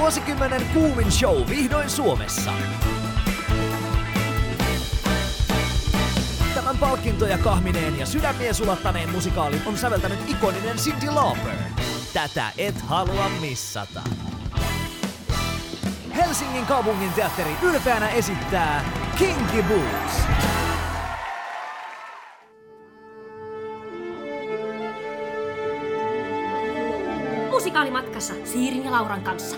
Vuosikymmenen kuumin show vihdoin Suomessa. Tämän palkintoja kahmineen ja sydämiä sulattaneen musikaalin on säveltänyt ikoninen Cyndi Lauper. Tätä et halua missata. Helsingin kaupungin teatteri ylpeänä esittää Kinky Boots. Musikaalimatkassa Siirin ja Lauran kanssa.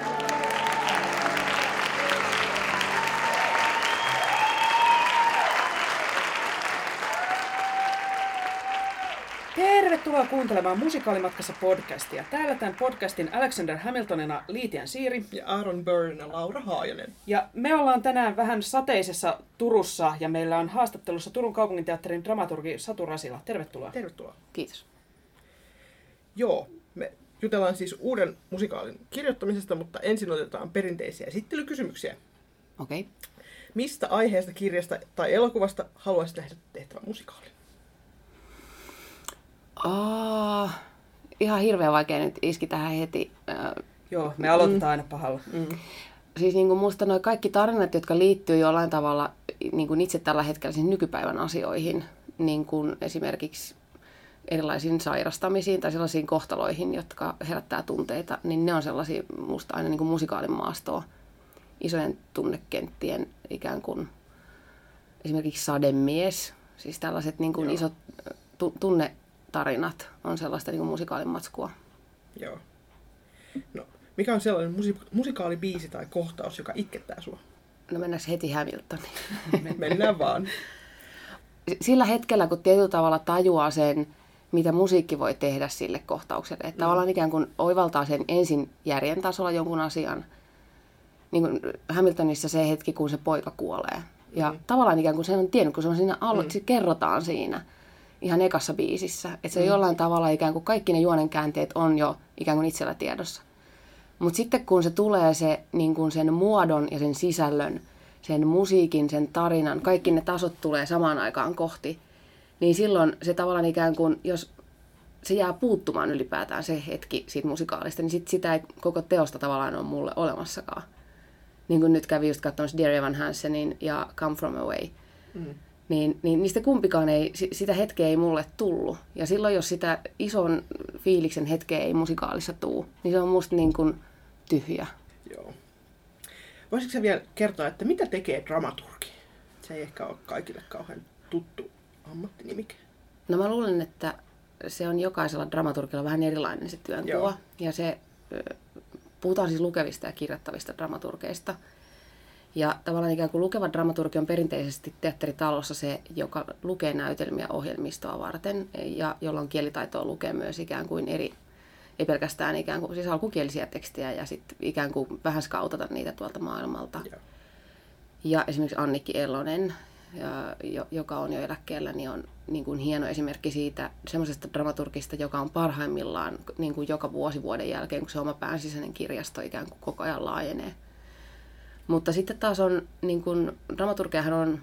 Tervetuloa kuuntelemaan Musikaalimatkassa podcastia. Täällä tämän podcastin Alexander Hamiltonina Liitian Siiri ja Aaron Byrne ja Laura Haajanen. Ja me ollaan tänään vähän sateisessa Turussa ja meillä on haastattelussa Turun kaupunginteatterin dramaturgi Satu Rasila. Tervetuloa. Tervetuloa. Kiitos. Joo, me jutellaan siis uuden musikaalin kirjoittamisesta, mutta ensin otetaan perinteisiä esittelykysymyksiä. Okei. Okay. Mistä aiheesta, kirjasta tai elokuvasta haluaisit nähdä tehtävän musikaalin? Ihan hirveän vaikea nyt iski tähän heti. Joo, me aloitetaan aina pahalla. Siis niin kuin musta noi kaikki tarinat, jotka liittyy jollain tavalla niin kuin itse tällä hetkellä siis nykypäivän asioihin, niin kuin esimerkiksi erilaisiin sairastamisiin tai sellaisiin kohtaloihin, jotka herättää tunteita, niin ne on sellaisia musta aina niin kuin musikaalin maastoa, isojen tunnekenttien ikään kuin esimerkiksi Sademies, siis tällaiset niin kuin isot tunnetarinat on sellaista niin kuin musikaalin matskua. Joo. No, mikä on sellainen musikaalibiisi tai kohtaus, joka itkettää sua? No mennäänkö heti Hamiltoniin? Mennään vaan. Sillä hetkellä, kun tietyllä tavalla tajuaa sen, mitä musiikki voi tehdä sille kohtaukselle. Että tavallaan ikään kuin oivaltaa sen ensin järjen tasolla jonkun asian. Niin kuin Hamiltonissa se hetki, kun se poika kuolee. Ja tavallaan ikään kuin sen on tiennyt, kun se on siinä se kerrotaan siinä ihan ekassa biisissä. Että se jollain tavalla ikään kuin kaikki ne juonenkäänteet on jo ikään kuin itsellä tiedossa. Mutta sitten kun se tulee se, niin kuin sen muodon ja sen sisällön, sen musiikin, sen tarinan, kaikki ne tasot tulee samaan aikaan kohti, niin silloin se tavallaan ikään kuin, jos se jää puuttumaan ylipäätään se hetki siitä musikaalista, niin sit sitä ei koko teosta tavallaan ole mulle olemassakaan. Niin kuin nyt kävi just katsomassa Dear Evan Hansenin ja Come From Away. Niin niistä kumpikaan ei, sitä hetkeä ei mulle tullut. Ja silloin, jos sitä ison fiiliksen hetkeä ei musikaalissa tuu, niin se on musta niin kuin tyhjä. Joo. Voisitko sä vielä kertoa, että mitä tekee dramaturgi? Se ei ehkä ole kaikille kauhean tuttu ammattinimike. No mä luulen, että se on jokaisella dramaturgilla vähän erilainen se työnkuva. Joo. Ja se, puhutaan siis lukevista ja kirjoittavista dramaturgeista. Ja tavallaan ikään kuin lukeva dramaturgi on perinteisesti teatteritalossa se, joka lukee näytelmiä ohjelmistoa varten ja jolla on kielitaitoa lukea myös ikään kuin ei pelkästään ikään kuin siis alkukielisiä tekstejä ja sitten ikään kuin vähän skautata niitä tuolta maailmalta. Joo. Ja esimerkiksi Annikki Ellonen, joka on jo eläkkeellä, niin on niin kuin hieno esimerkki siitä semmoisesta dramaturgista, joka on parhaimmillaan niin kuin joka vuosi vuoden jälkeen, kun se oma päänsisäinen kirjasto ikään kuin koko ajan laajenee. Mutta sitten taas on, niin kuin, dramaturgiahan on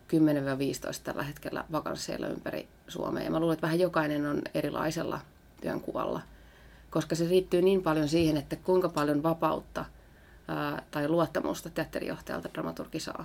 10-15 tällä hetkellä vakansseilla ympäri Suomea. Ja mä luulen, että vähän jokainen on erilaisella työnkuvalla, koska se liittyy niin paljon siihen, että kuinka paljon vapautta tai luottamusta teatterijohtajalta dramaturgi saa.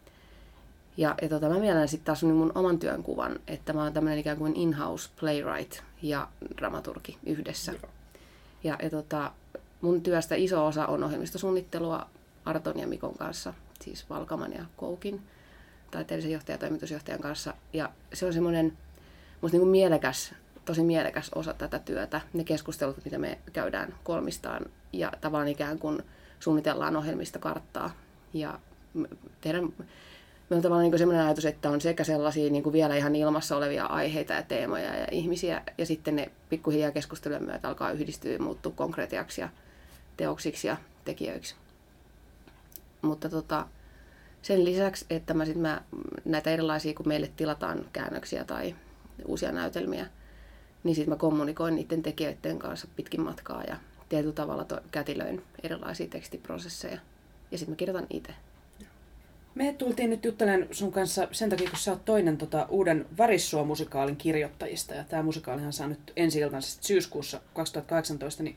Ja mä mielen sitten taas mun oman työnkuvan, että mä oon tämmöinen ikään kuin in-house playwright ja dramaturgi yhdessä. Ja mun työstä iso osa on ohjelmistosuunnittelua Arton ja Mikon kanssa, siis Valkaman ja Koukin, taiteellisen johtajan ja toimitusjohtajan kanssa. Ja se on semmoinen musta niin kuin tosi mielekäs osa tätä työtä, ne keskustelut, mitä me käydään kolmistaan ja tavallaan ikään kuin suunnitellaan ohjelmistokarttaa. Ja meillä on tavallaan niin semmoinen ajatus, että on sekä sellaisia niin kuin vielä ihan ilmassa olevia aiheita ja teemoja ja ihmisiä, ja sitten ne pikkuhiljaa keskustelujen myötä alkaa yhdistyä ja muuttua konkretiaksi ja teoksiksi ja tekijöiksi. Mutta sen lisäksi, että mä näitä erilaisia, kun meille tilataan käännöksiä tai uusia näytelmiä, niin sitten mä kommunikoin niiden tekijöiden kanssa pitkin matkaa ja tietyllä tavalla kätilöin erilaisia tekstiprosesseja. Ja sitten mä kirjoitan itse. Me tultiin nyt juttelemaan sun kanssa sen takia, kun sä oot toinen uuden Värissuo-musikaalin kirjoittajista. Ja tää musikaalihan saa nyt ensi-iltansa syyskuussa 2018. Niin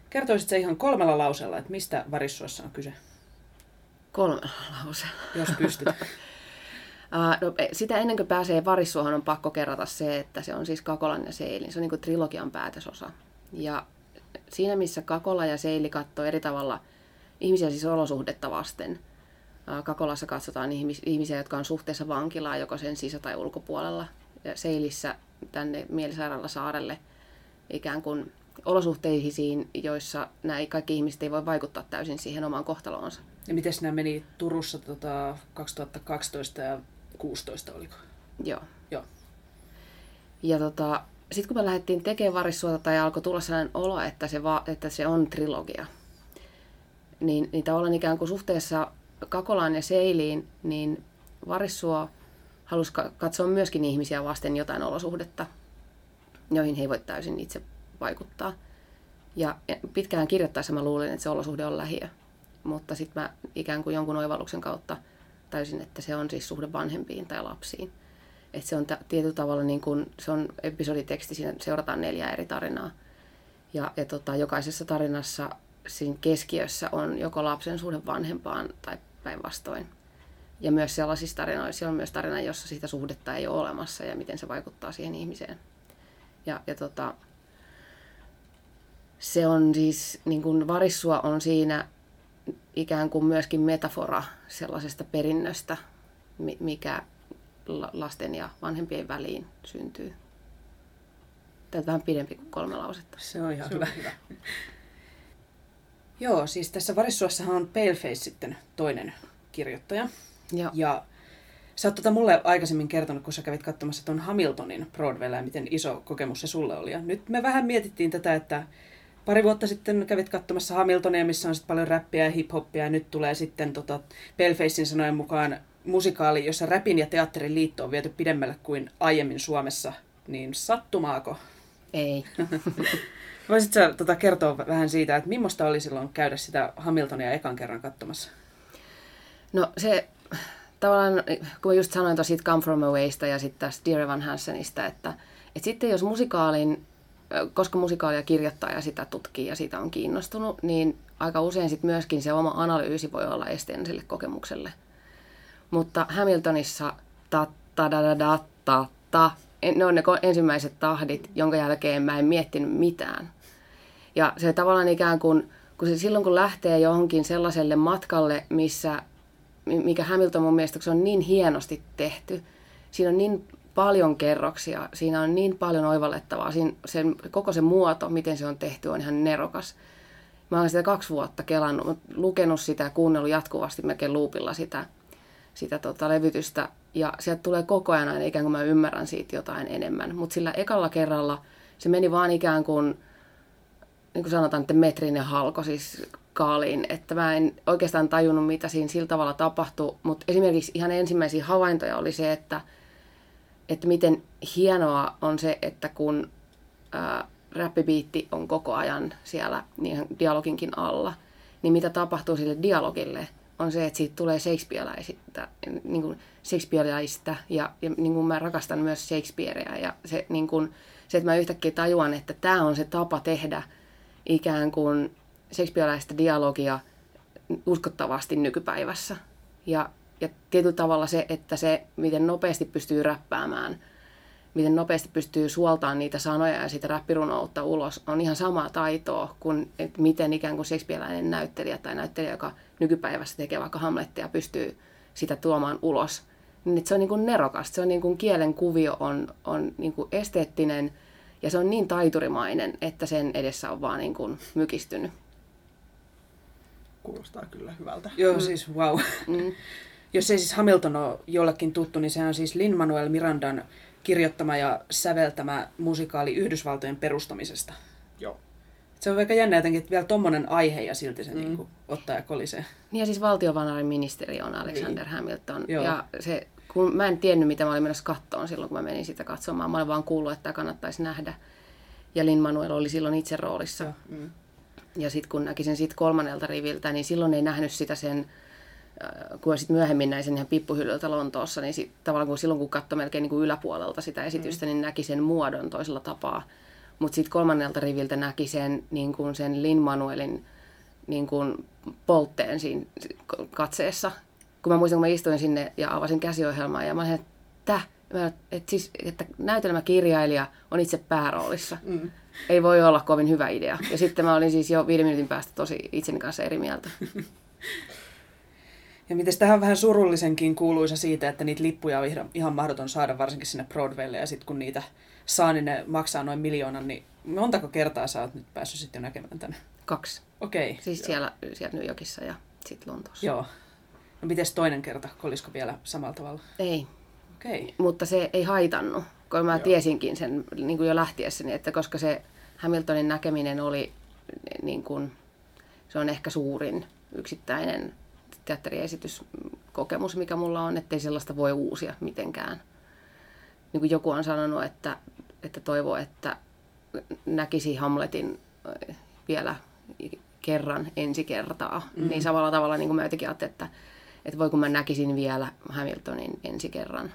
Kertoisitko ihan 3 lauseella, että mistä Varissuassa on kyse? 3 lauseella. Jos pystyt. No, sitä ennen kuin pääsee Varissuohon on pakko kerrata se, että se on siis Kakolan ja Seilin. Se on niin kuin trilogian päätösosa. Ja siinä, missä Kakola ja Seili katsoo eri tavalla ihmisiä siis olosuhdetta vasten. Kakolassa katsotaan ihmisiä, jotka on suhteessa vankilaan, joko sen sisä- tai ulkopuolella. Ja Seilissä tänne Mielisairaala-saarelle ikään kuin olosuhteisiin, joissa nämä kaikki ihmiset ei voi vaikuttaa täysin siihen omaan kohtaloonsa. Ja miten nämä meni Turussa 2012 ja 2016, oliko? Joo. Joo. Ja sitten kun me lähdettiin tekemään Varissuota tai alkoi tulla sellainen olo, että se on trilogia, niin tavallaan ikään kuin suhteessa Kakolaan ja Seiliin, niin Varissuo halusi katsoa myöskin ihmisiä vasten jotain olosuhdetta, joihin he ei voi täysin itse vaikuttaa. Ja pitkään kirjoittaessa mä luulin, että se olosuhde on lähiö. Mutta sitten mä ikään kuin jonkun oivalluksen kautta täysin, että se on siis suhde vanhempiin tai lapsiin. Että se on tietyllä tavalla niin kuin, se on episoditeksti, siinä seurataan 4 eri tarinaa. Ja jokaisessa tarinassa siinä keskiössä on joko lapsen suhde vanhempaan tai päinvastoin. Ja myös sellaisissa tarinoissa on myös tarina, jossa sitä suhdetta ei ole olemassa ja miten se vaikuttaa siihen ihmiseen. Ja se on siis, niin kuin Varissua on siinä ikään kuin myöskin metafora sellaisesta perinnöstä, mikä lasten ja vanhempien väliin syntyy. Tämä on vähän pidempi kuin 3 lausetta. Se on ihan hyvä. Joo, siis tässä Varissuassahan on Paleface sitten toinen kirjoittaja. Joo. Ja sä oot mulle aikaisemmin kertonut, kun sä kävit katsomassa tuon Hamiltonin Broadwaylla ja miten iso kokemus se sulle oli. Ja nyt me vähän mietittiin tätä, että pari vuotta sitten kävit katsomassa Hamiltonia, missä on sitten paljon räppiä ja hip-hoppia. Ja nyt tulee sitten Palefacein sanojen mukaan musikaali, jossa räpin ja teatterin liitto on viety pidemmälle kuin aiemmin Suomessa. Niin sattumaako? Ei. Voisitko sä kertoa vähän siitä, että millaista oli silloin käydä sitä Hamiltonia ekan kerran katsomassa? No se tavallaan, kun mä just sanoin tuossa siitä Come From Awaysta ja sitten tästä Dear Evan Hansenista, että sitten jos koska musikaalia kirjoittaa ja sitä tutkii ja siitä on kiinnostunut, niin aika usein sitten myöskin se oma analyysi voi olla esteenä sille kokemukselle. Mutta Hamiltonissa ne on ne ensimmäiset tahdit, jonka jälkeen mä en miettinyt mitään. Ja se tavallaan ikään kuin, silloin kun lähtee johonkin sellaiselle matkalle, mikä Hamilton mun mielestä, se on niin hienosti tehty, siinä on niin paljon kerroksia, siinä on niin paljon oivallettavaa, koko se muoto, miten se on tehty, on ihan nerokas. Mä olen sitä 2 vuotta kelannut, lukenut sitä ja kuunnellut jatkuvasti melkein loopilla sitä levytystä. Ja sieltä tulee koko ajan aina ikään kuin mä ymmärrän siitä jotain enemmän. Mutta sillä ekalla kerralla se meni vaan ikään kuin, niin kuin sanotaan, että metrinen halko siis kaaliin. Että mä en oikeastaan tajunnut, mitä siinä sillä tavalla tapahtui. Mutta esimerkiksi ihan ensimmäisiä havaintoja oli se, että miten hienoa on se, että kun räppibiitti on koko ajan siellä niin dialoginkin alla, niin mitä tapahtuu sille dialogille, on se, että siitä tulee Shakespeareläistä ja niin kuin mä rakastan myös Shakespearea ja se, niin kuin, se, että mä yhtäkkiä tajuan, että tämä on se tapa tehdä ikään kuin Shakespeareläistä dialogia uskottavasti nykypäivässä. Ja tietyllä tavalla se, että se, miten nopeasti pystyy räppäämään, miten nopeasti pystyy suoltaan niitä sanoja ja sitä räppirunoutta ulos, on ihan samaa taitoa kuin että miten ikään kuin shakespeareläinen näyttelijä tai näyttelijä, joka nykypäivässä tekee vaikka Hamlettia, pystyy sitä tuomaan ulos. Niin se on niin kuin nerokasta, se on niin kuin kielen kuvio on niin kuin esteettinen ja se on niin taiturimainen, että sen edessä on vaan niin kuin mykistynyt. Kuulostaa kyllä hyvältä. Joo, siis wow. Jos ei siis Hamilton ole jollekin tuttu, niin sehän on siis Lin-Manuel Mirandan kirjoittama ja säveltämä musikaali Yhdysvaltojen perustamisesta. Joo. Se on aika jännä jotenkin, että vielä tommonen aihe ja silti se niin kuin ottaa ja kolisee. Niin ja siis valtiovarainministeri on Alexander Hamilton. Joo. Ja se, kun mä en tiennyt, mitä mä olin menossa kattoon silloin, kun mä menin sitä katsomaan. Mä olin vaan kuullut, että tämä kannattaisi nähdä. Ja Lin-Manuel oli silloin itse roolissa. Ja sitten kun näki sen siitä 3. riviltä, niin silloin ei nähnyt sitä sen, kun sitten myöhemmin näin sen ihan pippuhyllyltä Lontoossa, niin tavallaan silloin kun katsoi melkein niin kuin yläpuolelta sitä esitystä, niin näki sen muodon toisella tapaa. Mutta sitten kolmannelta riviltä näki sen, niin kuin sen Lin-Manuelin niin kuin poltteen siinä katseessa. Kun mä muistan, kun mä istuin sinne ja avasin käsiohjelmaa ja mä olin, että näytelmäkirjailija on itse pääroolissa. Ei voi olla kovin hyvä idea. Ja sitten mä olin siis jo 5 minuutin päästä tosi itseni kanssa eri mieltä. Ja mites tähän on vähän surullisenkin kuuluisa siitä, että niitä lippuja on ihan mahdoton saada varsinkin sinne Broadwaylle. Ja sitten kun niitä saa, niin ne maksaa noin 1 000 000. Niin montako kertaa sä oot nyt päässyt sitten näkemään tänne? 2. Okei. Siis siellä New Yorkissa ja sitten Lontoossa. Joo. No mites toinen kerta? Olisiko vielä samalla tavalla? Ei. Okei. Mutta se ei haitannut, kun mä tiesinkin sen niin kuin jo lähtiessäni, että koska se Hamiltonin näkeminen oli, niin kuin, se on ehkä suurin yksittäinen teatteriesityskokemus, mikä mulla on, ettei sellaista voi uusia mitenkään. Niin kuin joku on sanonut, että toivoo, että näkisi Hamletin vielä kerran ensi kertaa. Niin samalla tavalla niin kuin mä jotenkin ajattelin, että voi kun mä näkisin vielä Hamiltonin ensi kerran.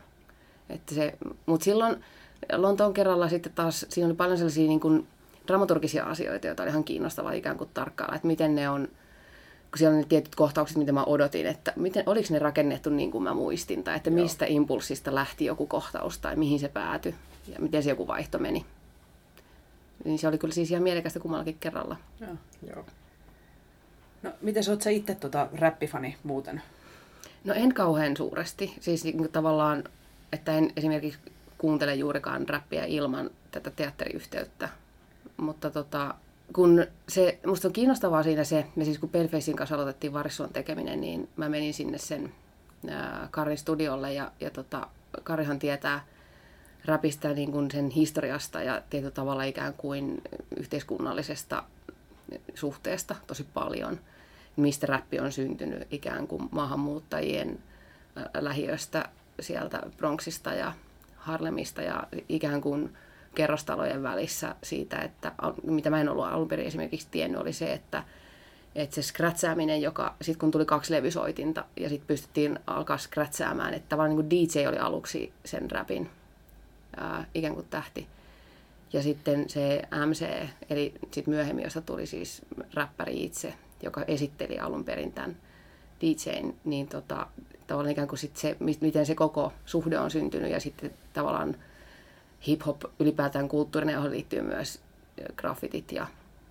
Mutta silloin Lontoon kerralla sitten taas siinä oli paljon sellaisia niin kuin dramaturgisia asioita, joita oli ihan kiinnostavaa ikään kuin tarkkailla, että miten ne on, kun siellä on ne tietyt kohtaukset, mitä mä odotin, että oliko ne rakennettu niin kuin mä muistin, tai että mistä impulssista lähti joku kohtaus, tai mihin se päätyi, ja miten se joku vaihto meni. Niin se oli kyllä siis ihan mielekästä kummallakin kerralla. Joo. No, miten oot sä itse räppifani muuten? No en kauhean suuresti, siis niin tavallaan, että en esimerkiksi kuuntele juurikaan räppiä ilman tätä teatteriyhteyttä, mutta kun se, musta on kiinnostavaa siinä se, me siis kun Palefacein kanssa aloitettiin Varissuon tekeminen, niin mä menin sinne sen Karin studiolle ja Karihan tietää räpistä niin kuin sen historiasta ja tietyllä tavalla ikään kuin yhteiskunnallisesta suhteesta tosi paljon, mistä räppi on syntynyt ikään kuin maahanmuuttajien lähiöstä sieltä Bronxista ja Harlemista ja ikään kuin kerrostalojen välissä siitä, että mitä mä en ollut alun perin esimerkiksi tiennyt, oli se, että se scratchaaminen, joka sitten kun tuli 2 levysoitinta ja sitten pystyttiin alkaa scratchaamaan, että tavallaan niin kuin DJ oli aluksi sen rapin ikään kuin tähti. Ja sitten se MC, eli sitten myöhemmin, josta tuli siis räppäri itse, joka esitteli alun perin tämän DJ:n, niin tavallaan ikään kuin sit se, miten se koko suhde on syntynyt ja sitten tavallaan hip-hop ylipäätään kulttuurina, johon liittyy myös graffitit ja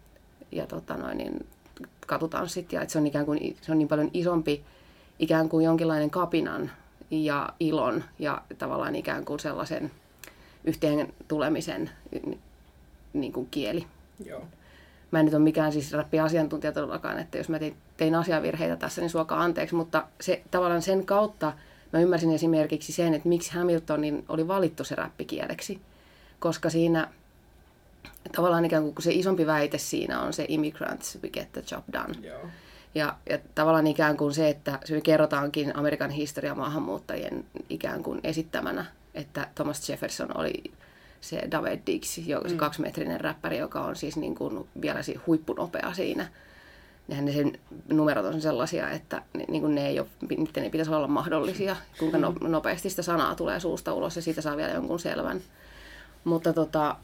niin katutanssit. Ja että se on ikään kuin se on niin paljon isompi ikään kuin jonkinlainen kapinan ja ilon ja tavallaan ikään kuin sellaisen yhteen tulemisen niin kuin kieli. Joo. Mä en nyt ole mikään siis räppiasiantuntija todellakaan, että jos mä tein asiavirheitä tässä, niin suokaa anteeksi, mutta se, tavallaan sen kautta mä ymmärsin esimerkiksi sen, että miksi Hamiltonin oli valittu se räppikieleksi, koska siinä tavallaan ikään kuin se isompi väite siinä on se immigrants, we get the job done. Joo. Ja tavallaan ikään kuin se, että se kerrotaankin Amerikan historia maahanmuuttajien ikään kuin esittämänä, että Thomas Jefferson oli se David Diggs, se 2-metrinen räppäri, joka on siis niin kuin vielä huippunopea siinä. Nehän sen numerot on sellaisia, että niin kuin niiden ei pitäisi olla mahdollisia, kuinka nopeasti sitä sanaa tulee suusta ulos ja siitä saa vielä jonkun selvän. Mutta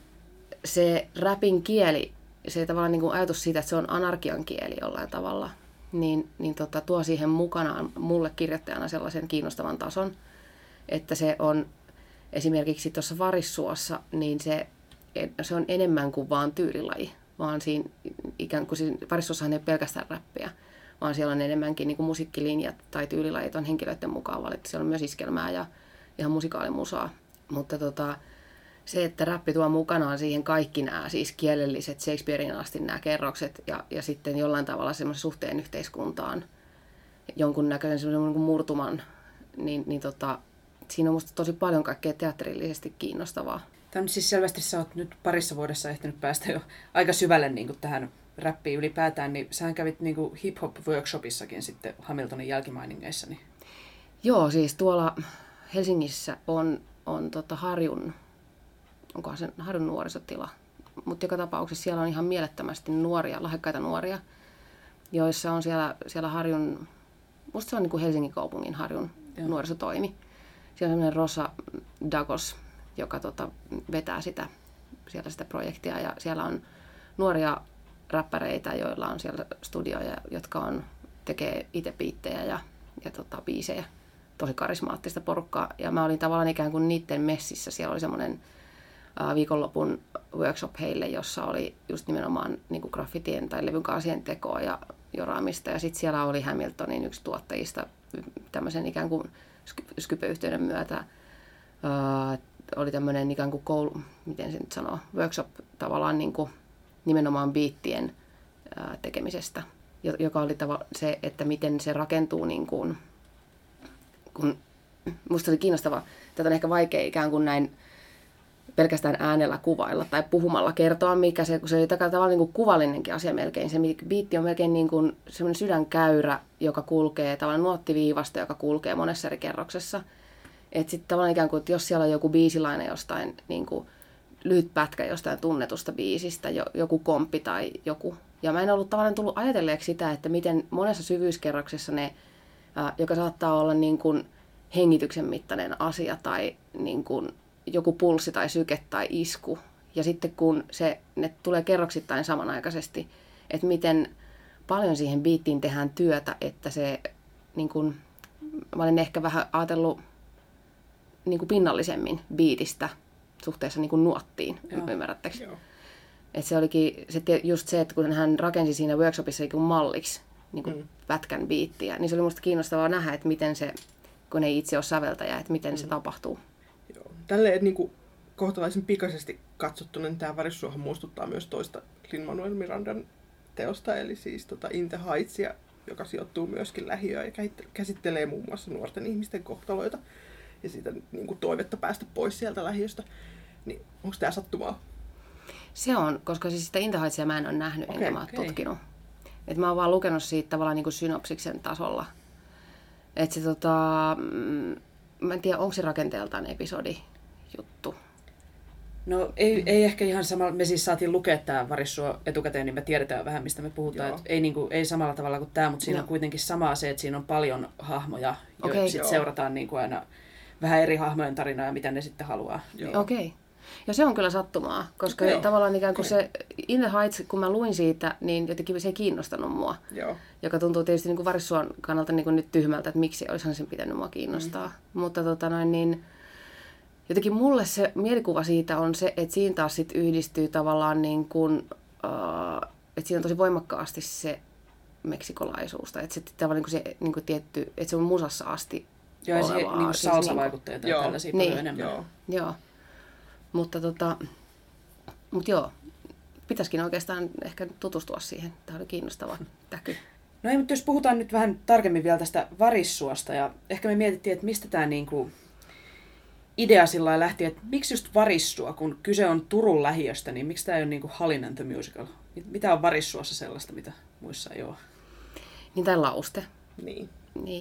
se räpin kieli, se tavallaan niin kuin ajatus siitä, että se on anarkian kieli jollain tavalla, niin tuo siihen mukanaan mulle kirjoittajana sellaisen kiinnostavan tason, että se on esimerkiksi tuossa Varissuossa, niin se on enemmän kuin vaan tyylilaji, vaan siinä ikään kuin Varissuossahan ei ole pelkästään räppiä, vaan siellä on enemmänkin niin kuin musiikkilinjat tai tyylilajit on henkilöiden mukaan valittu. Siellä on myös iskelmää ja ihan musikaalimusaa, mutta se, että räppi tuo mukanaan siihen kaikki nämä siis kielelliset Shakespearein asti nämä kerrokset ja sitten jollain tavalla semmoisen suhteen yhteiskuntaan jonkunnäköisen semmoisen niin murtuman, niin siinä on musta tosi paljon kaikkea teatterillisesti kiinnostavaa. Tämä on siis selvästi, sä oot nyt parissa vuodessa ehtinyt päästä jo aika syvälle niin kuin tähän räppiin ylipäätään, niin sähän kävit niin kuin hip-hop-workshopissakin sitten Hamiltonin jälkimainingeissa. Niin. Joo, siis tuolla Helsingissä on Harjun, onkohan se Harjun nuorisotila, mutta joka tapauksessa siellä on ihan mielettömästi nuoria, lahjakkaita nuoria, joissa on siellä Harjun, musta se on niin kuin Helsingin kaupungin Harjun nuorisotoimi. Siellä on sellainen Rosa Dagos, joka vetää sitä siellä sitä projektia ja siellä on nuoria räppäreitä, joilla on siellä studioja, jotka tekee itse biittejä ja biisejä. Tosi karismaattista porukkaa. Ja mä olin tavallaan ikään kuin niiden messissä. Siellä oli semmoinen viikonlopun workshop heille, jossa oli just nimenomaan niin kuin graffitien tai levyn kaasien tekoa ja joraamista. Ja sitten siellä oli Hamiltonin yksi tuottajista tämmöisen ikään kuin Skype-yhteyden myötä. Oli tämmöinen ikään kuin miten se nyt sanoo, workshop tavallaan niin kuin nimenomaan biittien tekemisestä, joka oli se, että miten se rakentuu niin kuin, kun musta oli kiinnostavaa, tätä on ehkä vaikea ikään kuin näin pelkästään äänellä kuvailla tai puhumalla kertoa, mikä se, kun se oli tavallaan niin kuin kuvallinenkin asia melkein. Se biitti on melkein niin kuin semmoinen sydänkäyrä, joka kulkee tavallaan nuottiviivasta, joka kulkee monessa eri kerroksessa. Että sitten tavallaan ikään kuin, että jos siellä on joku biisilainen jostain, niin kuin lyhyt pätkä jostain tunnetusta biisistä, joku komppi tai joku. Ja mä en ollut tavallaan tullut ajatelleeksi sitä, että miten monessa syvyyskerroksessa ne, joka saattaa olla niin kuin hengityksen mittainen asia tai niin kuin joku pulssi tai syke tai isku. Ja sitten kun ne tulee kerroksittain samanaikaisesti, että miten paljon siihen biittiin tehdään työtä, että se, niin kuin, mä olen ehkä vähän ajatellut niin kuin pinnallisemmin biitistä suhteessa niin kuin nuottiin, ymmärrättekö? Että se olikin just se, että kun hän rakensi siinä workshopissa niin kuin malliksi niin kuin pätkän biittiä, niin se oli musta kiinnostavaa nähdä, että miten se, kun ei itse ole säveltäjä, että miten se tapahtuu. Joo. Tälleen niin kuin kohtalaisen pikaisesti katsottuna, niin tämä Varissuohan muistuttaa myös toista Lin-Manuel Mirandan teosta, eli siis In the Heightsia, joka sijoittuu myöskin lähiöön ja käsittelee muun muassa nuorten ihmisten kohtaloita ja siitä niin kuin toivetta päästä pois sieltä lähiöstä. Niin onko tämä sattumaa? Se on, koska siis sitä In the Heightsia mä en ole nähnyt, enkä mä ole tutkinut. Et mä oon vaan lukenut siitä tavallaan niin kuin synopsiksen tasolla. Että se mä en tiedä, onko se rakenteeltaan episodijuttu. No ei ehkä ihan samalla, me siis saatiin lukea tämä Varissuo etukäteen, niin me tiedetään vähän, mistä me puhutaan. Ei samalla tavalla kuin tämä, mutta siinä on kuitenkin samaa se, että siinä on paljon hahmoja, joita sitten seurataan niin kuin aina vähän eri hahmojen tarinaa ja mitä ne sitten haluaa. Okei. Ja se on kyllä sattumaa, koska tavallaan ikään kuin se In the Heights, kun mä luin siitä, niin jotenkin se ei kiinnostanut mua. Joka tuntuu tietysti niin kuin Varissuon kannalta niin kuin nyt tyhmältä, että miksi olisihan sen pitänyt mua kiinnostaa. Mutta niin, jotenkin mulle se mielikuva siitä on se, että siinä taas sit yhdistyy tavallaan niin kuin, että siinä on tosi voimakkaasti se meksikolaisuus. Että se tavallaan niin se niin kuin tietty, että se on musassa asti olevaa. Joo, niin salsa-vaikutteita ja tällaisia paljon enemmän. Joo. Mutta joo, pitäisikin oikeastaan ehkä tutustua siihen. Tämä oli kiinnostava täky. No ei, mutta jos puhutaan nyt vähän tarkemmin vielä tästä Varissuosta, ja ehkä me mietittiin, että mistä tämä niinku idea sillä lailla lähti, että miksi just Varissua, kun kyse on Turun lähiöstä, niin miksi tämä ei ole niinku Hallin and the Musical? Mitä on Varissuossa sellaista, mitä muissa ei ole? Niin tämä lauste. Niin.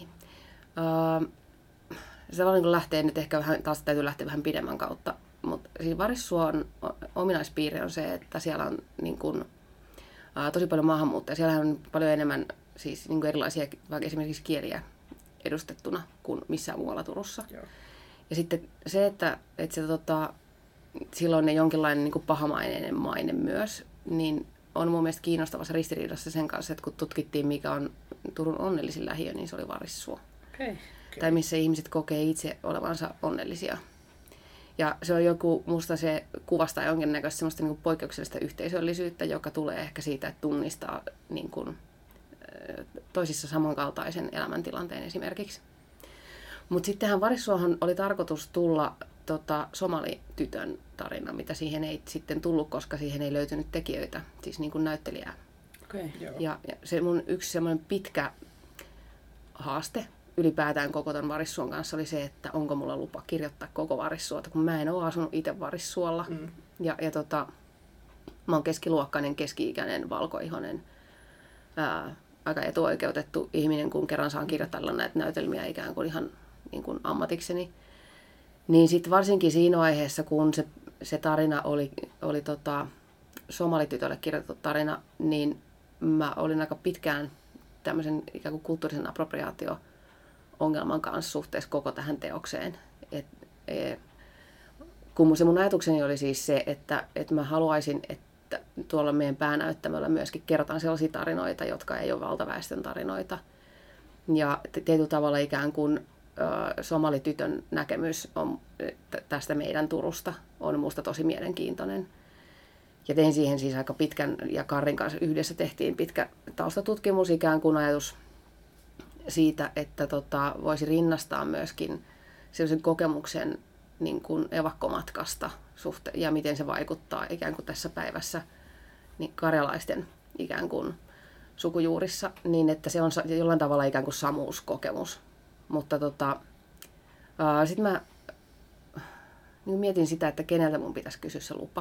Se vaan lähtee nyt ehkä vähän, taas täytyy lähteä vähän pidemmän kautta. Mutta siis Varissuon ominaispiirre on se, että siellä on niin kun, tosi paljon maahanmuuttajia. Siellä on paljon enemmän siis, niin erilaisia, vaikka esimerkiksi kieliä edustettuna kuin missään muualla Turussa. Joo. Ja sitten se, että se, silloin ne jonkinlainen niin pahamaineinen maine myös, niin on mun mielestä kiinnostavassa ristiriidassa sen kanssa, että kun tutkittiin, mikä on Turun onnellisin lähiö, niin se oli Varissuo. Okay. Tai missä ihmiset kokee itse olevansa onnellisia. Ja se on musta se kuvastaa jonkinnäköistä semmoista niin kuin poikkeuksellista yhteisöllisyyttä, joka tulee ehkä siitä, että tunnistaa niin kuin, toisissa samankaltaisen elämäntilanteen esimerkiksi. Mutta sittenhän Varissuohon oli tarkoitus tulla somalitytön tarina, mitä siihen ei sitten tullut, koska siihen ei löytynyt tekijöitä, siis niin kuin näyttelijää. Okay, ja se mun yksi semmoinen pitkä haaste ylipäätään koko ton Varissuon kanssa oli se, että onko mulla lupa kirjoittaa koko Varissuota, kun mä en ole asunut itse Varissuolla. Ja mä oon keskiluokkainen, keski-ikäinen, valkoihoinen, aika etuoikeutettu ihminen, kun kerran saan kirjoitella näitä näytelmiä ikään kuin ihan niin kuin ammatikseni. Niin sitten varsinkin siinä vaiheessa, kun se tarina oli somalitytölle kirjoitettu tarina, niin mä olin aika pitkään tämmöisen ikään kuin kulttuurisen appropriaatio-ongelman kanssa suhteessa koko tähän teokseen. kun se mun ajatukseni oli siis se, että mä haluaisin, että tuolla meidän päänäyttämöllä myöskin kerrotaan sellaisia tarinoita, jotka ei ole valtaväestön tarinoita. Ja tietyllä tavalla ikään kuin somalitytön näkemys on, tästä meidän Turusta on musta tosi mielenkiintoinen. Ja tein siihen siis aika pitkän, ja Karrin kanssa yhdessä tehtiin pitkä taustatutkimus, ikään kuin ajatus siitä, että voisi rinnastaa myöskin sellaisen kokemuksen niin kuin evakkomatkasta ja miten se vaikuttaa ikään kuin tässä päivässä niin karjalaisten ikään kuin sukujuurissa, niin että se on jollain tavalla ikään kuin samuuskokemus. Mutta sitten mä niin mietin sitä, että keneltä mun pitäisi kysyä se lupa.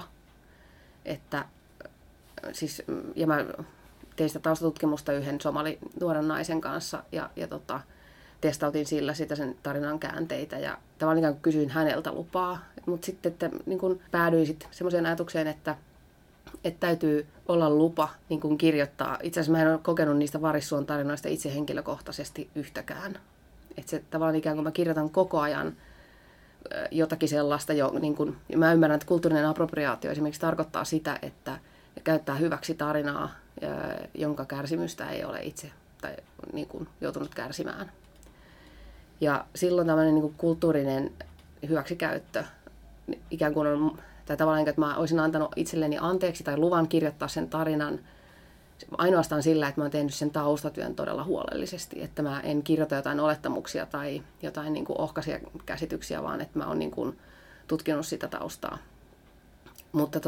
Ja mä tein sitä taustatutkimusta yhden nuoren naisen kanssa ja testautin sillä sitä sen tarinan käänteitä ja tavallaan ikään kuin kysyin häneltä lupaa. Mutta sitten niin kun päädyin sitten semmoiseen ajatukseen, että täytyy olla lupa niin kun kirjoittaa. Itse asiassa mä en ole kokenut niistä Varissuon tarinoista itse henkilökohtaisesti yhtäkään. Että se tavallaan ikään kuin mä kirjoitan koko ajan jotakin sellaista, niin kun, mä ymmärrän, että kulttuurinen appropriaatio esimerkiksi tarkoittaa sitä, että käyttää hyväksi tarinaa, jonka kärsimystä ei ole itse tai niin kun, joutunut kärsimään. Ja silloin tämmöinen niin kun kulttuurinen hyväksikäyttö ikään kuin on, tai tavallaan, että mä olisin antanut itselleni anteeksi tai luvan kirjoittaa sen tarinan ainoastaan sillä, että mä oon tehnyt sen taustatyön todella huolellisesti, että mä en kirjoita jotain olettamuksia tai jotain niin kuin ohkaisia käsityksiä, vaan että mä oon niin kuin tutkinut sitä taustaa. Mutta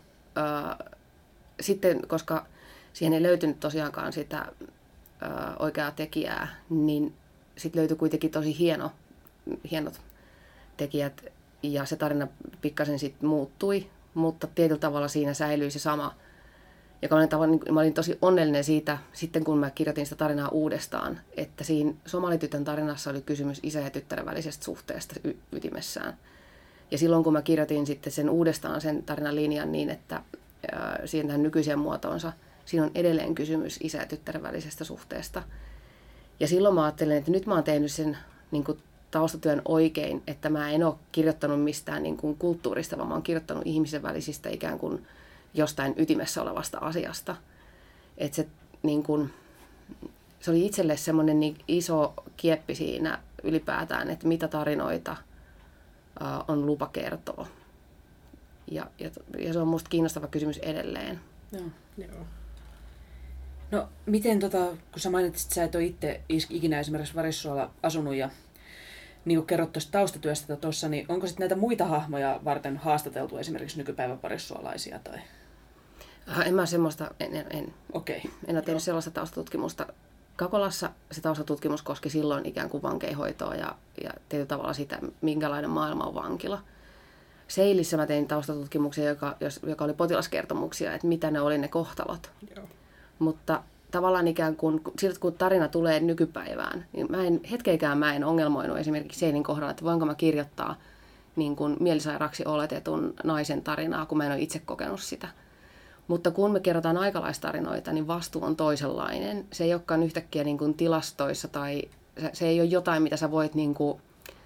sitten, koska siihen ei löytynyt tosiaankaan sitä oikeaa tekijää, niin sitten löytyi kuitenkin tosi hienot tekijät ja se tarina pikkasen sitten muuttui, mutta tietyllä tavalla siinä säilyi se sama. Ja mä olin tosi onnellinen siitä, sitten kun mä kirjoitin sitä tarinaa uudestaan, että siinä somalitytön tarinassa oli kysymys isä ja tyttären välisestä suhteesta ytimessään. Ja silloin kun mä kirjoitin sitten sen uudestaan sen tarinan linjan niin, että siihen tähän nykyiseen muotoonsa, siinä on edelleen kysymys isä ja tyttären välisestä suhteesta. Ja silloin mä ajattelin, että nyt mä oon tehnyt sen niin kuin taustatyön oikein, että mä en ole kirjoittanut mistään niin kuin kulttuurista, vaan mä oon kirjoittanut ihmisen välisistä ikään kuin jostain ytimessä olevasta asiasta. Että se, niin kun, se oli itselle semmoinen niin iso kieppi siinä ylipäätään, että mitä tarinoita on lupa kertoa. Ja se on musta kiinnostava kysymys edelleen. Joo. No miten, kun sä mainitsit, että sä et ole itse ikinä esimerkiksi Varissuolla asunut ja niin kuin kerrot tuosta taustatyöstä tuossa, niin onko sitten näitä muita hahmoja varten haastateltu esimerkiksi nykypäivän varissuolaisia? Tai? En mä semmoista, Okay. En ole tehnyt sellaista taustatutkimusta. Kakolassa se taustatutkimus koski silloin ikään kuin vankeinhoitoa ja tietyllä tavalla sitä, minkälainen maailma on vankila. Seilissä mä tein taustatutkimuksia, joka oli potilaskertomuksia, että mitä ne oli ne kohtalot. Joo. Mutta tavallaan ikään kuin, siltä kun tarina tulee nykypäivään, niin hetkeikään mä en ongelmoinut esimerkiksi Seilin kohdalla, että voinko mä kirjoittaa niin kuin mielisairaaksi oletetun naisen tarinaa, kun mä en ole itse kokenut sitä. Mutta kun me kerrotaan aikalaistarinoita, niin vastuu on toisenlainen. Se ei olekaan yhtäkkiä niin kuin tilastoissa tai se ei ole jotain, mitä sä voit, niin kuin,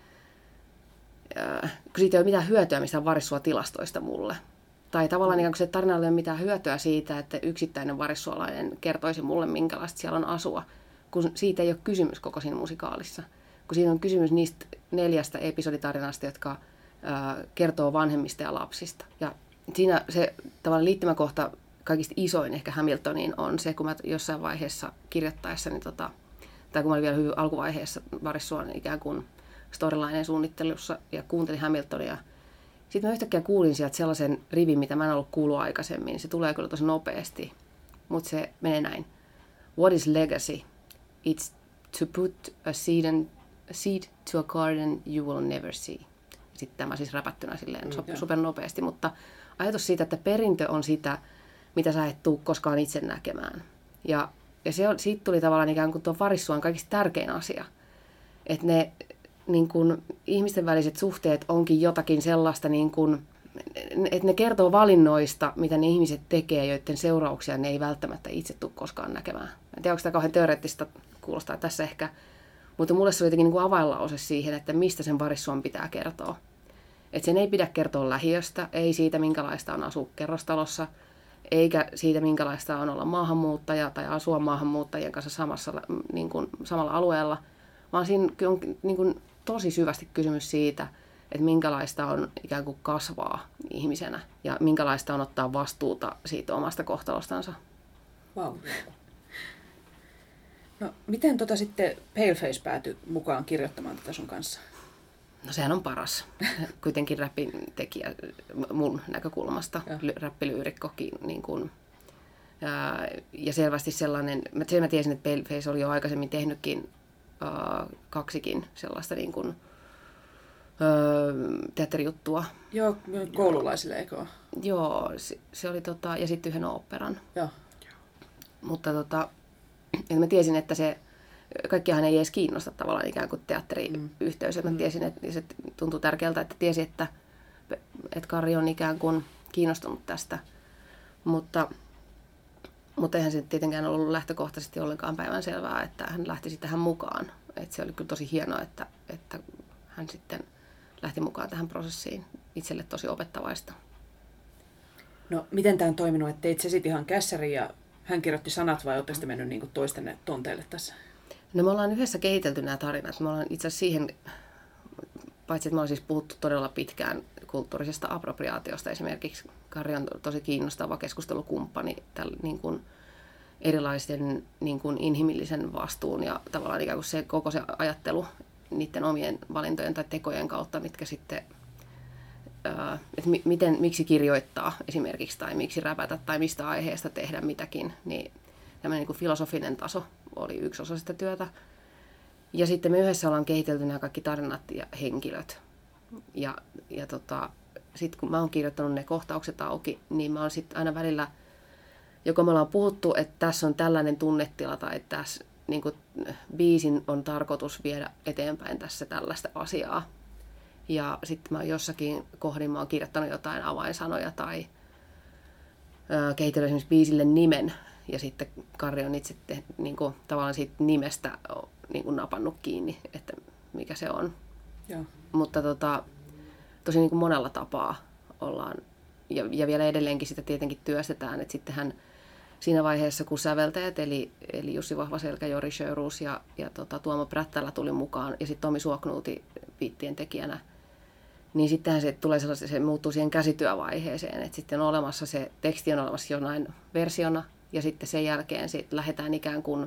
kun siitä ei ole mitään hyötyä mistään Varissua tilastoista mulle. Tai tavallaan niin kun se tarina ei ole mitään hyötyä siitä, että yksittäinen varissuolainen kertoisi mulle, minkälaista siellä on asua, kun siitä ei ole kysymys koko siinä musikaalissa. Kun siinä on kysymys niistä 4 episoditarinasta, jotka kertoo vanhemmista ja lapsista. Ja siinä se tavallaan liittymäkohta kaikista isoin ehkä Hamiltoniin on se, kun mä jossain vaiheessa kirjoittaessani, tai kun mä olin vielä hyvin alkuvaiheessa Varissuon ikään kuin storylineen suunnittelussa ja kuuntelin Hamiltonia. Sitten mä yhtäkkiä kuulin sieltä sellaisen rivin, mitä mä en ollut kuullut aikaisemmin. Se tulee kyllä tosi nopeasti, mutta se menee näin. What is legacy? It's to put a seed to a garden you will never see. Sitten tämä siis räpättynä silleen supernopeasti, mutta ajatus siitä, että perintö on sitä, mitä sä et tule koskaan itse näkemään. Ja siitä tuli tavallaan ikään kuin tuo Varissuon kaikista tärkein asia. Että ne niin kuin ihmisten väliset suhteet onkin jotakin sellaista, niin kuin, että ne kertoo valinnoista, mitä ne ihmiset tekee, joiden seurauksia ne ei välttämättä itse tule koskaan näkemään. En tiedä, onko tämä kauhean teoreettista kuulostaa tässä ehkä, mutta mulle se oli jotenkin niin kuin avainlause siihen, että mistä sen Varissuon pitää kertoa. Että sen ei pidä kertoa lähiöstä, ei siitä minkälaista on asua kerrostalossa, eikä siitä minkälaista on olla maahanmuuttaja tai asua maahanmuuttajien kanssa samalla alueella, vaan siinä on niin kuin tosi syvästi kysymys siitä, että minkälaista on ikään kuin kasvaa ihmisenä ja minkälaista on ottaa vastuuta siitä omasta kohtalostansa. Wow. No, miten sitten Paleface päätyi mukaan kirjoittamaan tätä sun kanssa? No sehän on paras. Kuitenkin räppin tekijä mun näkökulmasta, räppilyyrikkokin. Niin kuin, ja selvästi sellainen, mä tiesin, että Paleface oli jo aikaisemmin tehnytkin 2 sellaista niin kuin, teatterijuttua. Joo, koululaisille, eikö ole? Joo, se oli ja sitten yhden oopperan. Joo. Mutta että mä tiesin, että kaikkiahan ei edes kiinnosta tavallaan ikään kuin teatteriyhteys. Mä tiesin, että se tuntuu tärkeältä, että tiesi, että Karri on ikään kuin kiinnostunut tästä. Mutta eihän se tietenkään ollut lähtökohtaisesti ollenkaan päivänselvää, että hän lähtisi tähän mukaan. Että se oli kyllä tosi hienoa, että hän sitten lähti mukaan tähän prosessiin. Itselle tosi opettavaista. No, miten tämä on toiminut, että teit sä sit ihan kässärin ja hän kirjoitti sanat vai ootteko te mennyt niin kuin toistenne tonteille tässä? No me ollaan yhdessä kehitelty nämä tarinat. Me ollaan itse asiassa siihen, paitsi että me ollaan siis puhuttu todella pitkään kulttuurisesta appropriaatiosta esimerkiksi. Karri on tosi kiinnostava keskustelukumppani tällä niin kuin erilaisten niin kuin inhimillisen vastuun ja tavallaan ikään kuin koko se ajattelu niiden omien valintojen tai tekojen kautta, mitkä sitten, että miksi kirjoittaa esimerkiksi tai miksi räpätä tai mistä aiheesta tehdä mitäkin, niin tämmöinen niin kuin filosofinen taso oli yksi osa sitä työtä. Ja sitten me yhdessä ollaan kehitelty nämä kaikki tarinat ja henkilöt. Ja sitten kun mä oon kirjoittanut ne kohtaukset auki, niin mä oon sitten aina välillä, joko me ollaan puhuttu, että tässä on tällainen tunnetila tai että tässä niin kuin biisin on tarkoitus viedä eteenpäin tässä tällaista asiaa. Ja sitten mä jossakin kohdin mä oon kirjoittanut jotain avainsanoja tai kehitellyt esimerkiksi biisille nimen. Ja sitten Karri on itse niin kuin, tavallaan siitä nimestä niin kuin napannut kiinni, että mikä se on. Joo. Mutta tosi niin kuin monella tapaa ollaan, ja vielä edelleenkin sitä tietenkin työstetään, että sittenhän siinä vaiheessa, kun säveltäjät, eli Jussi Vahvaselkä, Jori Sjöroos ja Tuomo Prättälä tuli mukaan, ja sitten Tomi Suoknuuti biittien tekijänä, niin sittenhän se muuttuu siihen käsityövaiheeseen, että sitten on olemassa se teksti on olemassa jonain versiona, ja sitten sen jälkeen lähdetään ikään kuin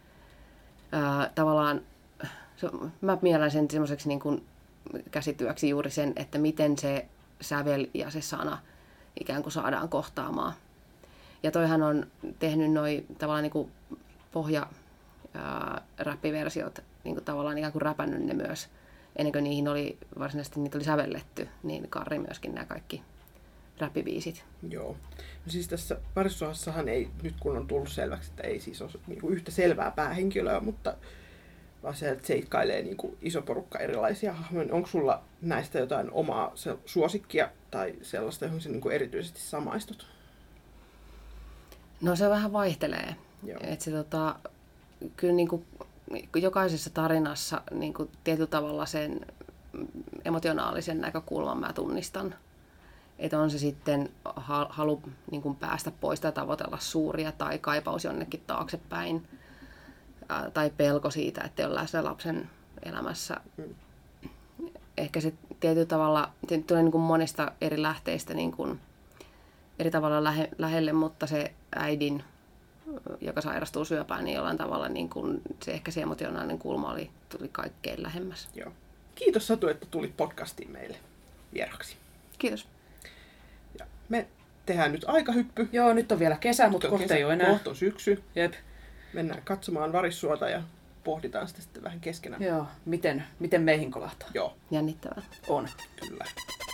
tavallaan, mä miellän sen semmoiseksi niin kuin käsityöksi juuri sen, että miten se sävel ja se sana ikään kuin saadaan kohtaamaan. Ja toihan on tehnyt noi tavallaan niin kuin pohja-räppiversiot, niin kuin tavallaan ikään kuin räpännyt ne myös. Ennen kuin niitä oli sävelletty, niin Karri myöskin nämä kaikki räppibiisit. Joo. No siis tässä Varissuohassahan ei, nyt kun on tullut selväksi, että ei siis ole niin kuin yhtä selvää päähenkilöä, mutta vaan se, että seikkailee niin kuin iso porukka erilaisia hahmoja. Onko sulla näistä jotain omaa suosikkia tai sellaista, johon sä niin kuin erityisesti samaistut? No se vähän vaihtelee. Et se, kyllä niin kuin jokaisessa tarinassa niin kuin tietyllä tavalla sen emotionaalisen näkökulman mä tunnistan. Että on se sitten halu niin kuin päästä pois tai tavoitella suuria tai kaipaus jonnekin taaksepäin tai pelko siitä, että ei ole läsnä lapsen elämässä. Ehkä se tietyllä tavalla se tulee niin kuin monista eri lähteistä niin kuin eri tavalla lähelle, mutta se äidin, joka sairastuu syöpään, niin jollain tavalla niin kuin ehkä se emotionaalinen kulma tuli kaikkein lähemmäs. Joo. Kiitos Satu, että tulit podcastiin meille vieraksi. Kiitos. Ja me tehdään nyt aikahyppy. Joo, nyt on vielä kesä, mutta kohta ei ole enää. Kohta on syksy. Jep. Mennään katsomaan Varissuota ja pohditaan sitä sitten vähän keskenään. Joo, miten meihin kolahtaa? Joo. Jännittävää. On. Kyllä.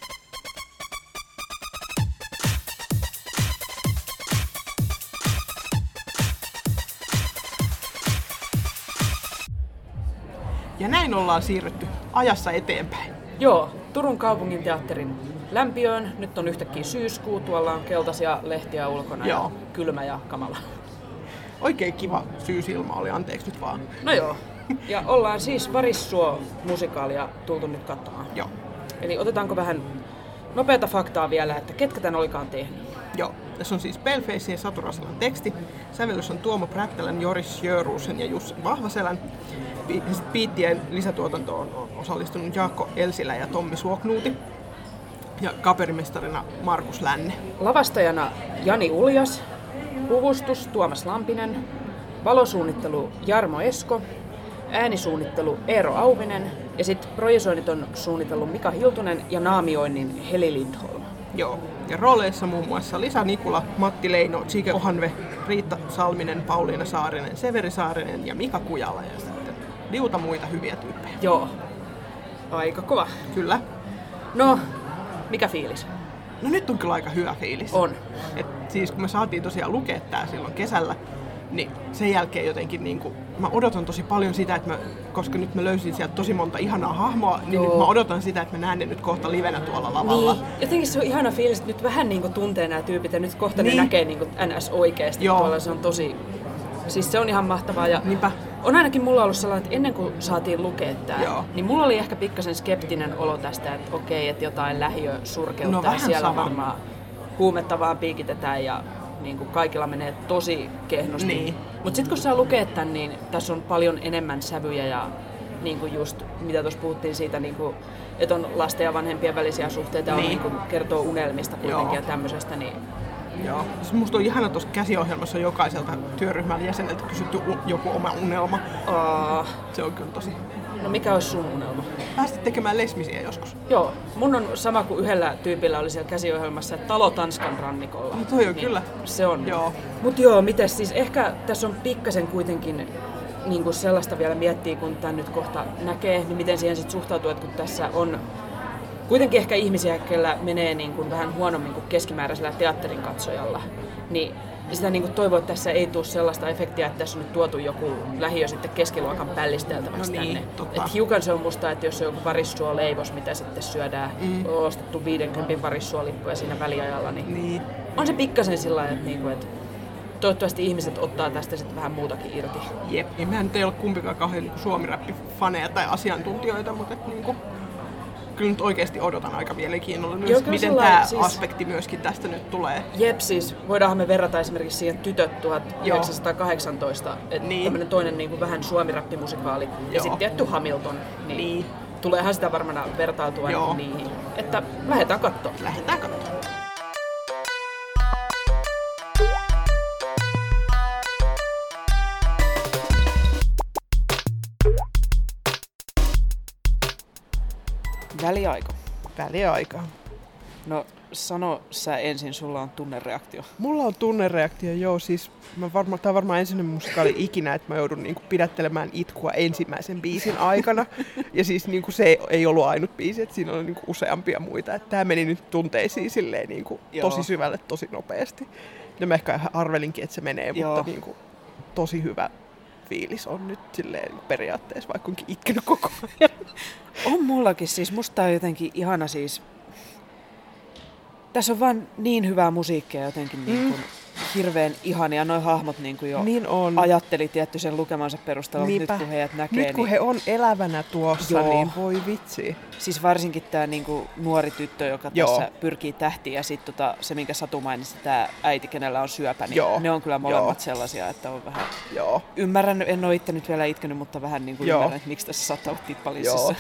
Ja näin ollaan siirrytty ajassa eteenpäin. Joo, Turun kaupunginteatterin lämpiöön. Nyt on yhtäkkiä syyskuu, tuolla on keltaisia lehtiä ulkona. Joo. Ja kylmä ja kamala. Oikein kiva syysilma oli, anteeksi nyt vaan. No joo. Ja ollaan siis Varissuo-musikaalia tultu nyt katsomaan. Joo. Eli otetaanko vähän nopeata faktaa vielä, että ketkä tän olikaan tehnyt. Joo, tässä on siis Paleface ja Satu Rasalan teksti. Sävellys on Tuomo Prättälän, Joris Sjöruusen ja Jussi Vahvaselän. Biittien lisätuotantoon on osallistunut Jaakko Elsilä ja Tommi Suoknuuti. Ja kaperimestarina Markus Länne. Lavastajana Jani Uljas, puvustus Tuomas Lampinen, valosuunnittelu Jarmo Esko, äänisuunnittelu Eero Auvinen ja sitten projisoinnit on suunnitellut Mika Hiltunen ja naamioinnin Heli Lindholm. Joo, ja rooleissa muun muassa Lisa Nikula, Matti Leino, Chike Ohanve, Riitta Salminen, Pauliina Saarinen, Severi Saarinen ja Mika Kujala ja sitten liuta muita hyviä tyyppejä. Joo, aika kova. Kyllä. No, mikä fiilis? No nyt on kyllä aika hyvä fiilis. On. Et siis kun me saatiin tosiaan lukea tää silloin kesällä, niin sen jälkeen jotenkin niinku, mä odotan tosi paljon sitä, että koska nyt mä löysin sieltä tosi monta ihanaa hahmoa, niin nyt mä odotan sitä, että mä näen ne nyt kohta livenä tuolla lavalla. Niin. Jotenkin se on ihana fiilis, että nyt vähän niinku tuntee nämä tyypit ja nyt kohta ne näkee niinku NS oikeesti tuolla. Se on tosi, siis se on ihan mahtavaa. Ja niinpä. On ainakin mulla ollut sellainen, että ennen kuin saatiin lukea tää, niin mulla oli ehkä pikkasen skeptinen olo tästä, että okei, että jotain lähiösurkeutta ja siellä sama. Varmaan huumetta vaan piikitetään ja niin kuin kaikilla menee tosi kehnosti. Niin. Mutta sitten kun saa lukea tämän, niin tässä on paljon enemmän sävyjä ja niin kuin just mitä tuossa puhuttiin siitä, niin kuin, että on lasten ja vanhempien välisiä suhteita ja niin kuin kertoo unelmista kuitenkin ja tämmöisestä. Niin joo. Musta on ihana tuossa käsiohjelmassa jokaiselta työryhmän jäseneltä kysytty joku oma unelma. Se on kyllä tosi. No mikä olisi sun unelma? Päästä tekemään lesmisiä joskus. Joo, mun on sama kuin yhdellä tyypillä oli siellä käsiohjelmassa, että talo Tanskan rannikolla. No toi on niin kyllä. Se on. Joo. Mut joo, mites siis ehkä tässä on pikkasen kuitenkin niin kuin sellaista vielä miettiä, kun tän nyt kohta näkee, niin miten siihen sit suhtautuu, että kun tässä on kuitenkin ehkä ihmisiä, kellä menee niin kuin vähän huonommin kuin keskimääräisellä teatterin katsojalla, niin sitä niin kuin toivoo, että tässä ei tule sellaista efektiä, että tässä on nyt tuotu joku lähiö sitten keskiluokan pällisteltäväksi tänne. Et hiukan se on musta, että jos on joku varissuoleivos, mitä sitten syödään, on ostettu 50 varissuolippuja siinä väliajalla, niin on se pikkasen sillä lailla, että, niin kuin, että toivottavasti ihmiset ottaa tästä sitten vähän muutakin irti. Jep, ja mehän nyt ei ole kumpikaan kauhean niin suomi-räppifaneja tai asiantuntijoita, mutta niin kuin kyllä nyt oikeasti odotan aika mielenkiinnolla myös, miten tämä aspekti myöskin tästä nyt tulee. Jep, siis voidaanhan me verrata esimerkiksi siihen Tytöt 1918, että tämmöinen toinen niin kuin vähän suomi-räppimusikaali ja sitten tietty Hamilton, niin tuleehan sitä varmaan vertautua niihin. Että lähdetään katsomaan. Lähdetään katsomaan. Väliaika. No sano sä ensin, sulla on tunnereaktio. Mulla on tunnereaktio, joo. Siis tää on varmaan ensimmäinen musikaali ikinä, että mä joudun niinku pidättelemään itkua ensimmäisen biisin aikana. Ja siis niinku se ei ollut ainut biisi, että siinä oli niinku useampia muita. Että tää meni nyt tunteisiin silleen niinku tosi syvälle, tosi nopeasti. Ja mä ehkä arvelinkin, että se menee, mutta niinku tosi hyvä fiilis on nyt silleen periaatteessa, vaikka onkin itkenyt koko ajan. On mullakin siis, musta on jotenkin ihana siis. Tässä on vaan niin hyvää musiikkia jotenkin niin kuin hirveän ihania. Noi hahmot niin kuin jo niin on. Ajatteli tietty sen lukemansa perusteella, mutta nyt kun heidät näkee. Nyt kun he on elävänä tuossa, niin voi vitsi. Siis varsinkin tää niin kuin nuori tyttö, joka tässä pyrkii tähtiin ja sitten se, minkä Satu mainitsi, tää äiti, kenellä on syöpä, niin ne on kyllä molemmat sellaisia, että on vähän. Ymmärrän, en ole itse nyt vielä itkenyt, mutta vähän niin kuin ymmärrän, että miksi tässä saattaa olla tippalississa.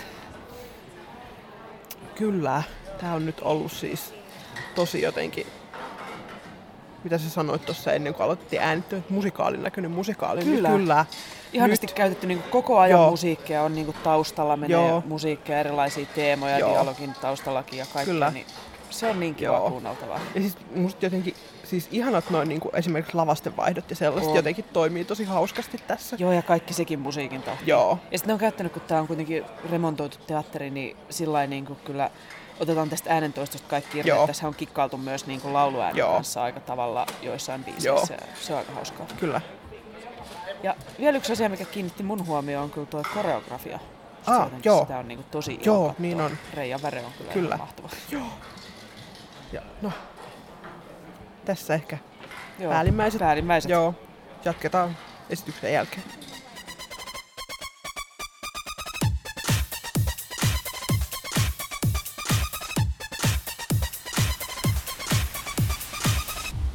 Kyllä, tää on nyt ollut siis tosi jotenkin, mitä sä sanoit tuossa ennen kuin aloitettiin äänittää, musikaalin näköinen musikaali. Kyllä. Ihanasti käytetty niin kuin koko ajan musiikkia, on niin kuin taustalla menee musiikkia, erilaisia teemoja, dialogin taustallakin ja kaikkea. Niin se on niin kiva kuunneltavaa. Ja siis musta jotenkin siis ihanat noin niin kuin esimerkiksi lavastevaihdot ja sellaiset jotenkin toimii tosi hauskasti tässä. Joo, ja kaikki sekin musiikin tahti. Ja sitten ne on käyttänyt, kun tää on kuitenkin remontoitu teatteri, niin sillain niin kuin kyllä otetaan tästä äänentoistosta kaikki irti. Tässä on kikkailtu myös niin kuin lauluäänen kanssa aika tavalla joissain biiseissä. Se on aika hauskaa. Kyllä. Ja vielä yksi asia, mikä kiinnitti mun huomioon, on kyllä tuo koreografia. Sitä on niin kuin tosi ilo niin on. Reija Väre on kyllä mahtava. Joo. Ja, no, tässä ehkä päällimmäiset. Joo, jatketaan esityksen jälkeen.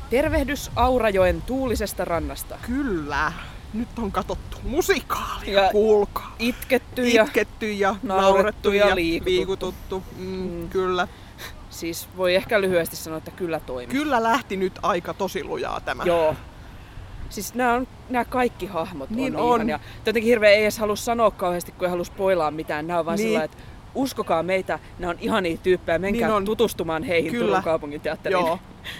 Tervehdys Aurajoen tuulisesta rannasta. Kyllä. Nyt on katsottu musikaalia, Ja kuulkaa. Itketty ja naurettu ja liikututtu. Kyllä. Siis voi ehkä lyhyesti sanoa, että kyllä toimi. Kyllä lähti nyt aika tosi lujaa tämä. Joo. Siis nämä kaikki hahmot Niin on ihania. Jotenkin hirveän ei edes halua sanoa kauheasti, kun ei halua spoilaa mitään. Nämä on vaan sillä, että uskokaa meitä, nämä on ihania tyyppejä. Menkää tutustumaan heihin Turun kaupunginteatteriin. Joo.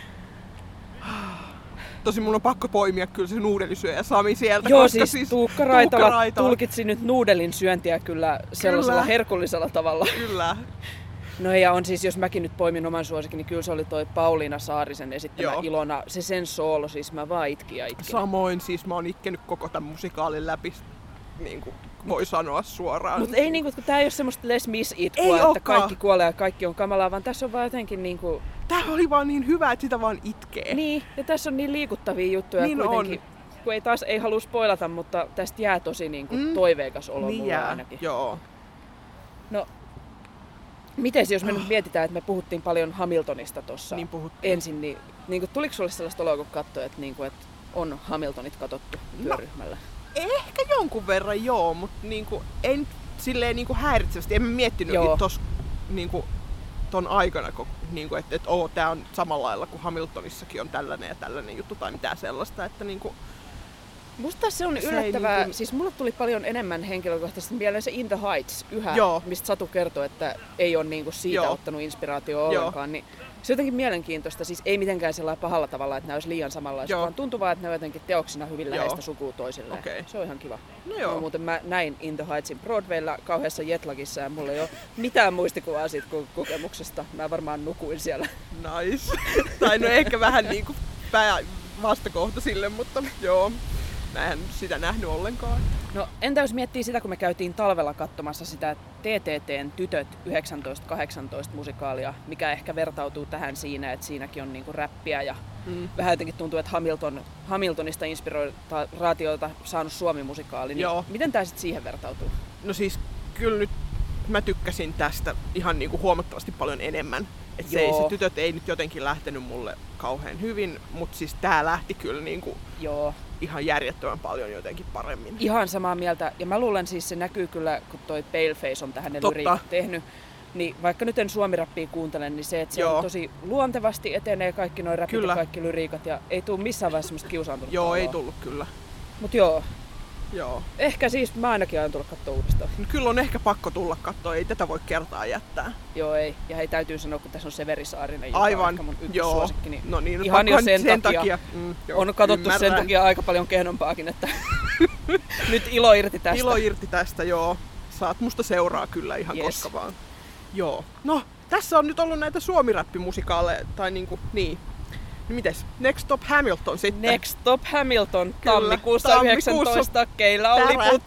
Tosi mun on pakko poimia kyllä se nuudelisyöjä Sami sieltä. Joo, koska siis Tuukka Raitala tulkitsi nyt nuudelin syöntiä kyllä sellaisella herkullisella tavalla. Kyllä. No ja on siis, jos mäkin nyt poimin oman suosikin, niin kyllä se oli toi Pauliina Saarisen esittämä Ilona. Se sen soolo, siis mä vaan itkin ja itkin. Samoin, siis mä oon itkenyt koko tämän musikaalin läpi, niin kuin voi sanoa suoraan. Mutta ei niinku, kun tää ei ole semmoista Les Mis-itkua, että kaikki kuolee ja kaikki on kamalaa, vaan tässä on vaan jotenkin niinku... Tää oli vaan niin hyvä, että sitä vaan itkee. Niin, ja tässä on niin liikuttavia juttuja niin kuitenkin. On. Kun ei halua spoilata, mutta tästä jää tosi niinku toiveikas olo niin mulla ainakin. Joo. No, miten jos me nyt mietitään, että me puhuttiin paljon Hamiltonista tuossa ensin, niin tuliko sulle sellaista oloa, kun katsoi, että on Hamiltonit katsottu työryhmällä? Ehkä jonkun verran joo, mutta ei nyt silleen häiritsevästi. En mä miettinyt tuossa ton aikana, että tää on samalla lailla kuin Hamiltonissakin on tällainen ja tällainen juttu tai mitään sellaista. Että musta se on yllättävää. Siis mulle tuli paljon enemmän henkilökohtaisesti mieleen se In the Heights yhä, mistä Satu kertoi, että ei ole siitä ottanut inspiraatioa ollenkaan. Niin se on jotenkin mielenkiintoista. Siis ei mitenkään sellainen pahalla tavalla, että ne olisi liian samanlaisia, vaan tuntuu vaan, että ne on jotenkin teoksina hyvin läheistä sukua toisilleen. Okay. Se on ihan kiva. No muuten mä näin In the Heightsin Broadwaylla kauheassa jetlagissa ja mulla ei ole mitään muistikuvaa siitä kokemuksesta. Mä varmaan nukuin siellä. Nice. Tai no ehkä vähän niinku vastakohta sille, mutta joo. Mä en sitä nähnyt ollenkaan. No entä jos miettii sitä, kun me käytiin talvella katsomassa sitä TTT:n Tytöt 1918 musikaalia, mikä ehkä vertautuu tähän siinä, että siinäkin on niinku räppiä ja vähän jotenkin tuntuu, että Hamiltonista inspiraatiota saanut Suomi-musikaali. Niin miten tää sitten siihen vertautuu? No siis kyllä nyt mä tykkäsin tästä ihan niinku huomattavasti paljon enemmän. Et se Tytöt ei nyt jotenkin lähtenyt mulle kauhean hyvin, mutta siis tää lähti kyllä niinku ihan järjettömän paljon jotenkin paremmin. Ihan samaa mieltä. Ja mä luulen siis se näkyy kyllä, kun toi Paleface on tähän ne lyriikat tehnyt. Niin vaikka nyt en suomi-räppiä kuuntele, niin se, että se on tosi luontevasti etenee kaikki noi räppit ja kaikki lyriikat. Ja ei tule missään vaiheessa semmoista kiusaantunutta. Joo, ei tullut kyllä. Mut joo. Ehkä siis mä ainakin aion tulla katsoa uudestaan. No, kyllä on ehkä pakko tulla katsoa, ei tätä voi kertaa jättää. Joo, ei. Ja hei, täytyy sanoa, kun tässä on Severi Saarinen, joka aivan, on ehkä mun ykkössuosikki, niin no niin, ihan jo sen takia on katsottu sen takia aika paljon kehnompaakin, että nyt ilo irti tästä. Ilo irti tästä, joo. Saat musta seuraa kyllä ihan koska vaan. Joo. No, tässä on nyt ollut näitä suomi-räppimusikaaleja, tai niin. Mites? Next Stop Hamilton sitten. Next Stop Hamilton, tammikuussa 19, keillä on liput.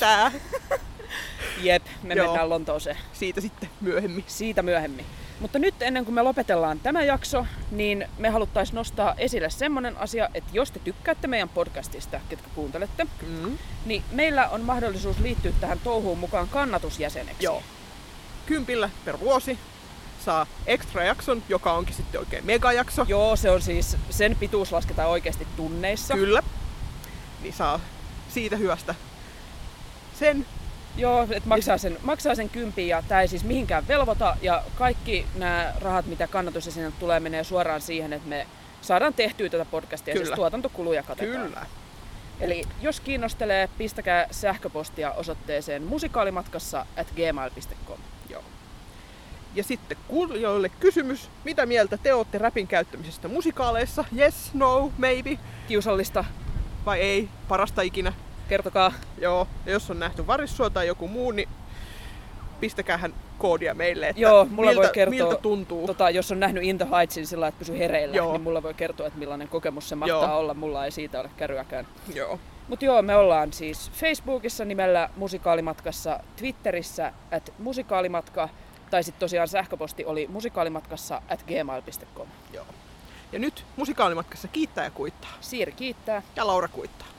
Jep, me mennään Lontooseen. Siitä sitten myöhemmin. Siitä myöhemmin. Mutta nyt ennen kuin me lopetellaan tämä jakso, niin me haluttaisiin nostaa esille semmonen asia, että jos te tykkäätte meidän podcastista, ketkä kuuntelette, niin meillä on mahdollisuus liittyä tähän touhuun mukaan kannatusjäseneksi. Joo. 10 per vuosi. Saa extra jakson, joka onkin sitten oikein megajakso. Joo, se on siis, sen pituus lasketaan oikeasti tunneissa. Kyllä. Niin saa siitä hyvästä sen. Joo, että maksaa sen 10 ja tää ei siis mihinkään velvoita. Ja kaikki nämä rahat, mitä kannatusjäseniltä tulee, menee suoraan siihen, että me saadaan tehtyä tätä podcastia. Kyllä. Siis tuotantokuluja katetaan. Kyllä. Eli jos kiinnostelee, pistäkää sähköpostia osoitteeseen musikalimatkassa@gmail.com. Joo. Ja sitten kuulijoille kysymys, mitä mieltä te ootte räpin käyttämisestä musikaaleissa? Yes, no, maybe. Kiusallista. Vai ei? Parasta ikinä. Kertokaa. Joo, ja jos on nähty Varissua tai joku muu, niin pistäkäähän koodia meille, että miltä tuntuu. Jos on nähnyt In the Heightsin sillä että pysy hereillä, niin mulla voi kertoa, että millainen kokemus se mahtaa olla. Mulla ei siitä ole kärryäkään. Joo. Mut me ollaan siis Facebookissa nimellä Musikaalimatkassa, Twitterissä @musikaalimatka, tai sitten tosiaan sähköposti oli musikaalimatkassa@gmail.com. Joo. Ja nyt Musikaalimatkassa kiittää ja kuittaa. Siiri kiittää. Ja Laura kuittaa.